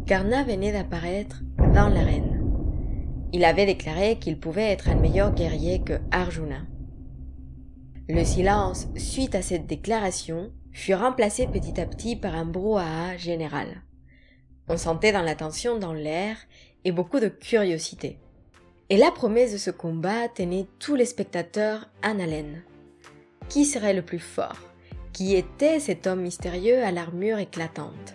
Karna venait d'apparaître dans l'arène. Il avait déclaré qu'il pouvait être un meilleur guerrier que Arjuna. Le silence suite à cette déclaration fut remplacé petit à petit par un brouhaha général. On sentait dans la tension dans l'air et beaucoup de curiosité. Et la promesse de ce combat tenait tous les spectateurs en haleine. Qui serait le plus fort? Qui était cet homme mystérieux à l'armure éclatante?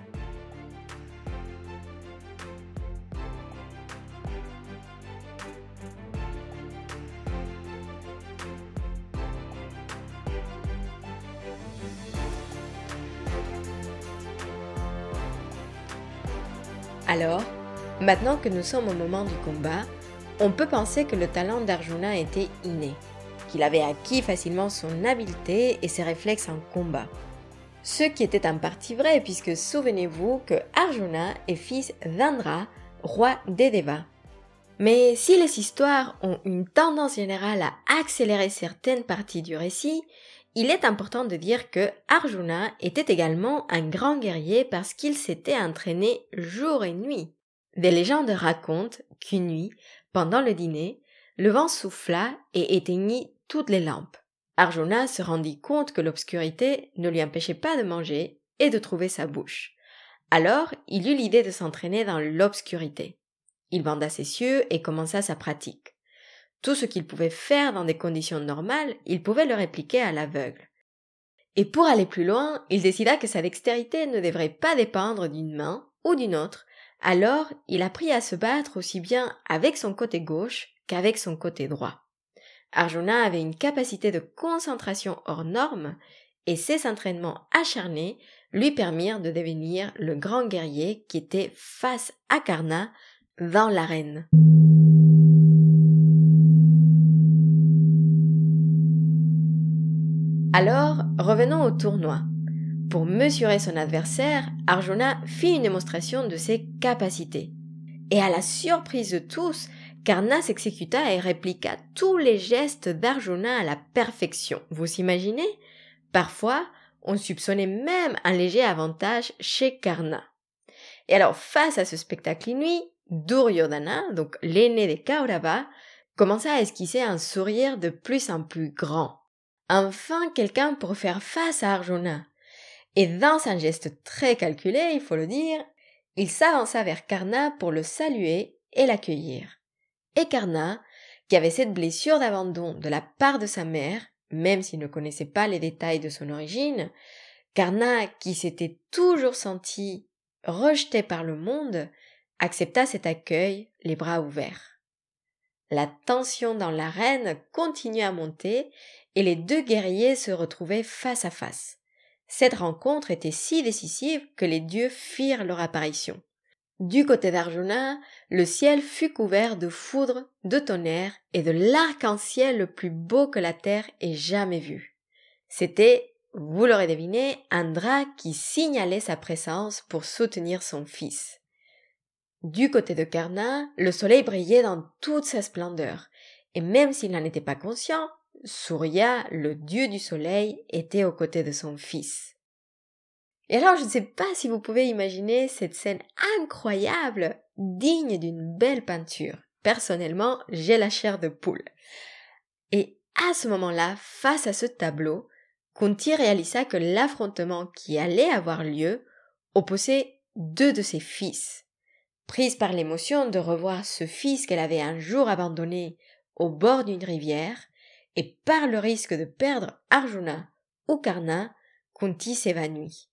Alors, maintenant que nous sommes au moment du combat, on peut penser que le talent d'Arjuna était inné, qu'il avait acquis facilement son habileté et ses réflexes en combat. Ce qui était en partie vrai puisque souvenez-vous que Arjuna est fils d'Indra, roi des Devas. Mais si les histoires ont une tendance générale à accélérer certaines parties du récit, il est important de dire que Arjuna était également un grand guerrier parce qu'il s'était entraîné jour et nuit. Des légendes racontent qu'une nuit, pendant le dîner, le vent souffla et éteignit toutes les lampes. Arjuna se rendit compte que l'obscurité ne lui empêchait pas de manger et de trouver sa bouche. Alors, il eut l'idée de s'entraîner dans l'obscurité. Il banda ses yeux et commença sa pratique. Tout ce qu'il pouvait faire dans des conditions normales, il pouvait le répliquer à l'aveugle. Et pour aller plus loin, il décida que sa dextérité ne devrait pas dépendre d'une main ou d'une autre, alors il apprit à se battre aussi bien avec son côté gauche qu'avec son côté droit. Arjuna avait une capacité de concentration hors norme et ses entraînements acharnés lui permirent de devenir le grand guerrier qui était face à Karna dans l'arène. Alors, revenons au tournoi. Pour mesurer son adversaire, Arjuna fit une démonstration de ses capacités. Et à la surprise de tous, Karna s'exécuta et répliqua tous les gestes d'Arjuna à la perfection. Vous imaginez? Parfois, on soupçonnait même un léger avantage chez Karna. Et alors, face à ce spectacle inouï, Duryodhana, donc l'aîné des Kauravas, commença à esquisser un sourire de plus en plus grand. Enfin, quelqu'un pour faire face à Arjuna. Et dans un geste très calculé, il faut le dire, il s'avança vers Karna pour le saluer et l'accueillir. Et Karna, qui avait cette blessure d'abandon de la part de sa mère, même s'il ne connaissait pas les détails de son origine, Karna, qui s'était toujours senti rejeté par le monde, accepta cet accueil les bras ouverts. La tension dans l'arène continuait à monter et les deux guerriers se retrouvaient face à face. Cette rencontre était si décisive que les dieux firent leur apparition. Du côté d'Arjuna, le ciel fut couvert de foudre, de tonnerre et de l'arc-en-ciel le plus beau que la terre ait jamais vu. C'était, vous l'aurez deviné, Indra qui signalait sa présence pour soutenir son fils. Du côté de Karna, le soleil brillait dans toute sa splendeur, et même s'il n'en était pas conscient, Surya, le dieu du soleil, était aux côtés de son fils. Et alors, je ne sais pas si vous pouvez imaginer cette scène incroyable, digne d'une belle peinture. Personnellement, j'ai la chair de poule. Et à ce moment-là, face à ce tableau, Kunti réalisa que l'affrontement qui allait avoir lieu opposait deux de ses fils. Prise par l'émotion de revoir ce fils qu'elle avait un jour abandonné au bord d'une rivière, et par le risque de perdre Arjuna ou Karna, Kunti s'évanouit.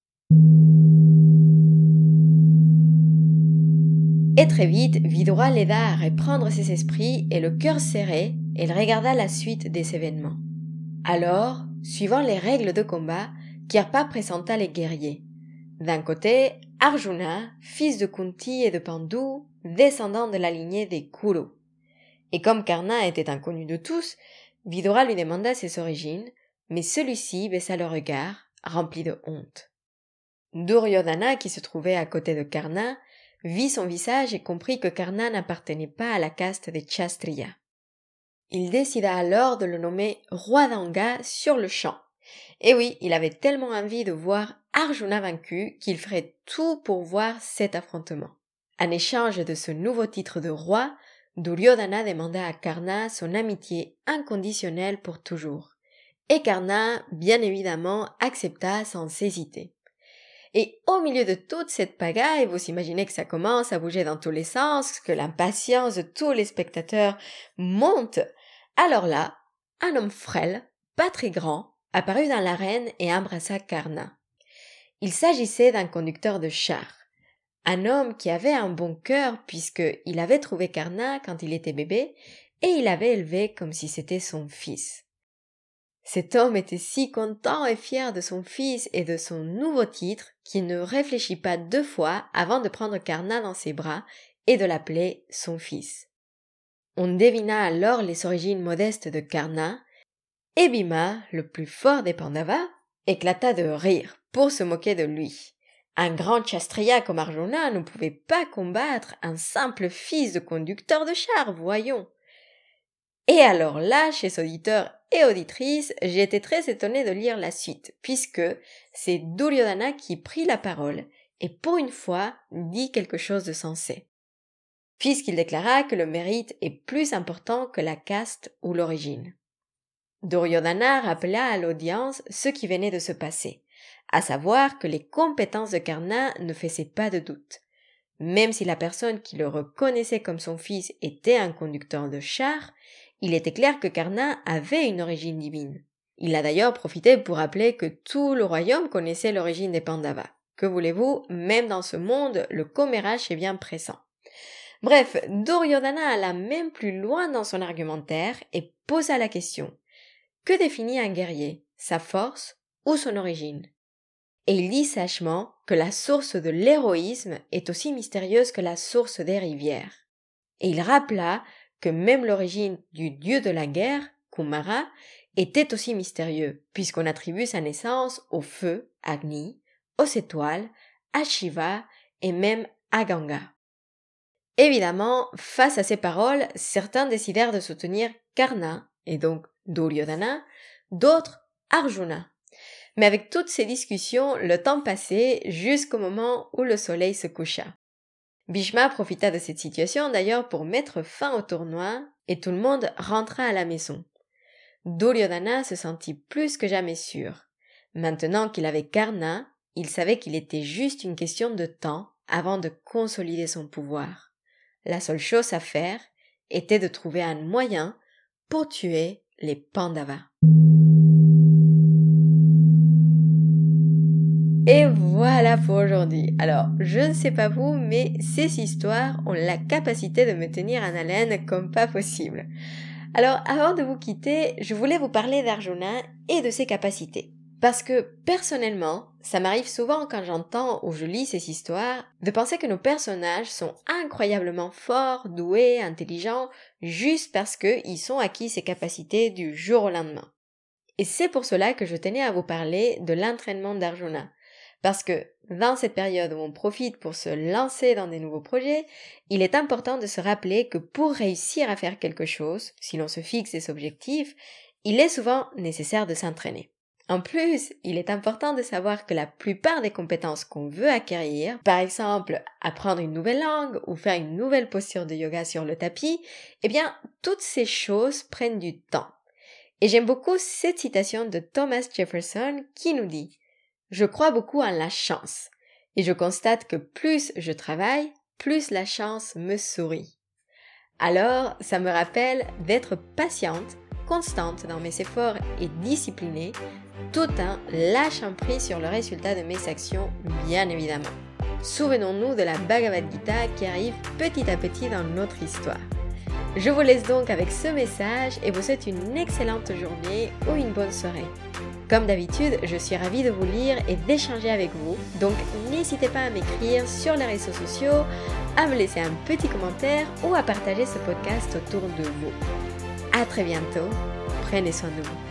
Et très vite, Vidura l'aida à reprendre ses esprits et le cœur serré, elle regarda la suite des événements. Alors, suivant les règles de combat, Kirpa présenta les guerriers. D'un côté, Arjuna, fils de Kunti et de Pandu, descendant de la lignée des Kuru. Et comme Karna était inconnu de tous, Vidura lui demanda ses origines, mais celui-ci baissa le regard, rempli de honte. Duryodhana, qui se trouvait à côté de Karna, vit son visage et comprit que Karna n'appartenait pas à la caste des Kshatriya. Il décida alors de le nommer roi d'Anga sur le champ. Et oui, il avait tellement envie de voir Arjuna vaincu qu'il ferait tout pour voir cet affrontement. En échange de ce nouveau titre de roi, Duryodhana demanda à Karna son amitié inconditionnelle pour toujours. Et Karna, bien évidemment, accepta sans hésiter. Et au milieu de toute cette pagaille, vous imaginez que ça commence à bouger dans tous les sens, que l'impatience de tous les spectateurs monte. Alors là, un homme frêle, pas très grand, apparut dans l'arène et embrassa Karna. Il s'agissait d'un conducteur de char. Un homme qui avait un bon cœur puisqu'il avait trouvé Karna quand il était bébé et il l'avait élevé comme si c'était son fils. Cet homme était si content et fier de son fils et de son nouveau titre qu'il ne réfléchit pas 2 fois avant de prendre Karna dans ses bras et de l'appeler son fils. On devina alors les origines modestes de Karna et Bhima, le plus fort des Pandavas, éclata de rire pour se moquer de lui. Un grand Kshatriya comme Arjuna ne pouvait pas combattre un simple fils de conducteur de char, voyons. Et alors là, chers auditeurs et auditrices, j'ai été très étonnée de lire la suite, puisque c'est Duryodhana qui prit la parole et pour une fois dit quelque chose de sensé, puisqu'il déclara que le mérite est plus important que la caste ou l'origine. Duryodhana rappela à l'audience ce qui venait de se passer, à savoir que les compétences de Karna ne faisaient pas de doute. Même si la personne qui le reconnaissait comme son fils était un conducteur de char, il était clair que Karna avait une origine divine. Il a d'ailleurs profité pour rappeler que tout le royaume connaissait l'origine des Pandavas. Que voulez-vous, même dans ce monde, le commérage est bien pressant. Bref, Duryodhana alla même plus loin dans son argumentaire et posa la question. Que définit un guerrier, sa force ou son origine? Et il dit sèchement que la source de l'héroïsme est aussi mystérieuse que la source des rivières. Et il rappela que même l'origine du dieu de la guerre, Kumara, était aussi mystérieux, puisqu'on attribue sa naissance au feu, Agni, aux étoiles, à Shiva et même à Ganga. Évidemment, face à ces paroles, certains décidèrent de soutenir Karna, et donc Duryodhana, d'autres Arjuna. Mais avec toutes ces discussions, le temps passait jusqu'au moment où le soleil se coucha. Bhishma profita de cette situation d'ailleurs pour mettre fin au tournoi et tout le monde rentra à la maison. Duryodhana se sentit plus que jamais sûr. Maintenant qu'il avait Karna, il savait qu'il était juste une question de temps avant de consolider son pouvoir. La seule chose à faire était de trouver un moyen pour tuer les Pandavas. Et voilà pour aujourd'hui. Alors, je ne sais pas vous, mais ces histoires ont la capacité de me tenir en haleine comme pas possible. Alors, avant de vous quitter, je voulais vous parler d'Arjuna et de ses capacités. Parce que, personnellement, ça m'arrive souvent quand j'entends ou je lis ces histoires, de penser que nos personnages sont incroyablement forts, doués, intelligents, juste parce qu'ils sont acquis ces capacités du jour au lendemain. Et c'est pour cela que je tenais à vous parler de l'entraînement d'Arjuna. Parce que dans cette période où on profite pour se lancer dans des nouveaux projets, il est important de se rappeler que pour réussir à faire quelque chose, si l'on se fixe des objectifs, il est souvent nécessaire de s'entraîner. En plus, il est important de savoir que la plupart des compétences qu'on veut acquérir, par exemple apprendre une nouvelle langue ou faire une nouvelle posture de yoga sur le tapis, eh bien, toutes ces choses prennent du temps. Et j'aime beaucoup cette citation de Thomas Jefferson qui nous dit « Je crois beaucoup en la chance, et je constate que plus je travaille, plus la chance me sourit. » Alors, ça me rappelle d'être patiente, constante dans mes efforts et disciplinée, tout en lâchant prise sur le résultat de mes actions, bien évidemment. Souvenons-nous de la Bhagavad Gita qui arrive petit à petit dans notre histoire. Je vous laisse donc avec ce message et vous souhaite une excellente journée ou une bonne soirée. Comme d'habitude, je suis ravie de vous lire et d'échanger avec vous, donc n'hésitez pas à m'écrire sur les réseaux sociaux, à me laisser un petit commentaire ou à partager ce podcast autour de vous. À très bientôt, prenez soin de vous.